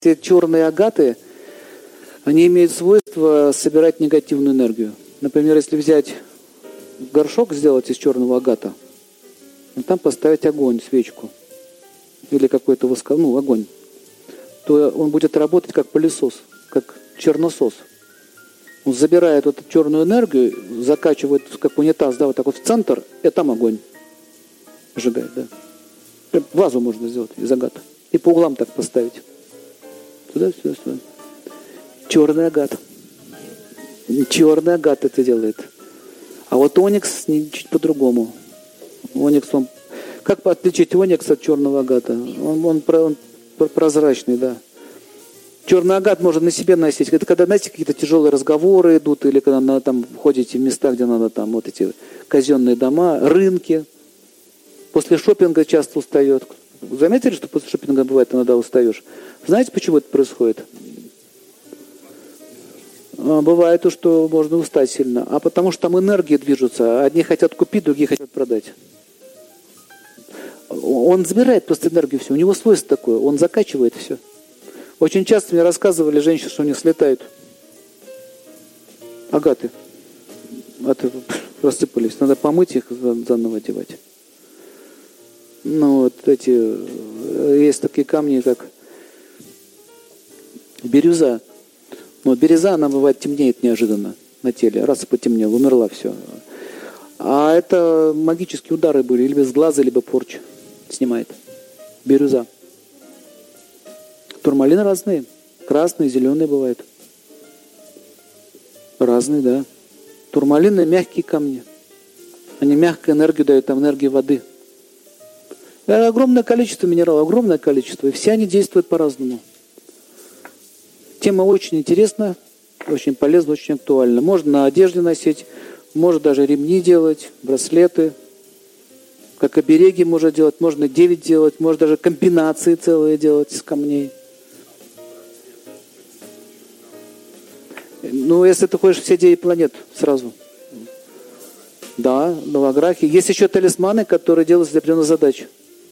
Те черные агаты, они имеют свойство собирать негативную энергию. Например, если взять горшок, сделать из черного агата, и там поставить огонь, свечку, или какой-то огонь, то он будет работать как пылесос, как черносос. Он забирает вот эту черную энергию, закачивает как унитаз, да, вот так вот в центр, и там огонь сжигает, да. Вазу можно сделать из агата. И по углам так поставить. Сюда, сюда, сюда. Черный агат. Черный агат это делает. А вот оникс чуть по-другому. Оникс, он... Как отличить оникс от черного агата? Он прозрачный, да. Черный агат можно на себе носить. Это когда, знаете, какие-то тяжелые разговоры идут, или когда там ходите в места, где надо там вот эти казенные дома, рынки. После шопинга часто устает. Заметили, что после шопинга бывает иногда устаешь? Знаете, почему это происходит? Бывает то, что можно устать сильно. А потому что там энергии движутся. Одни хотят купить, другие хотят продать. Он забирает просто энергию все. У него свойство такое. Он закачивает все. Очень часто мне рассказывали женщины, что у них слетают агаты. Рассыпались. Надо помыть их, заново одевать. Ну вот есть такие камни, как бирюза. Но бирюза, она бывает темнеет неожиданно на теле. Раз и потемнело, умерла все. А это магические удары были, либо с глаза, либо порча снимает. Бирюза. Турмалины разные. Красные, зеленые бывают. Разные, да. Турмалины мягкие камни. Они мягкую энергию дают, там энергию воды. Огромное количество минералов, огромное количество. И все они действуют по-разному. Тема очень интересна, очень полезна, очень актуальна. Можно на одежде носить, можно даже ремни делать, браслеты. Как обереги можно делать, можно 9 делать, можно даже комбинации целые делать из камней. Ну, если ты хочешь все 9 планет сразу. Да, новографии. Есть еще талисманы, которые делаются для определенных задач.